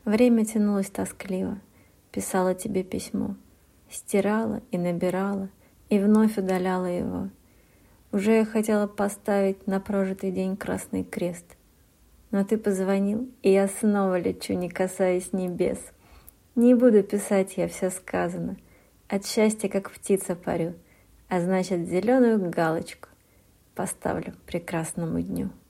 Время тянулось тоскливо. Писала тебе письмо. Стирала и набирала, и вновь удаляла его. Уже я хотела поставить на прожитый день красный крест. Но ты позвонил, и я снова лечу, не касаясь небес. Не буду писать я, все сказано. От счастья, как птица, парю, а значит, зеленую галочку поставлю прекрасному дню.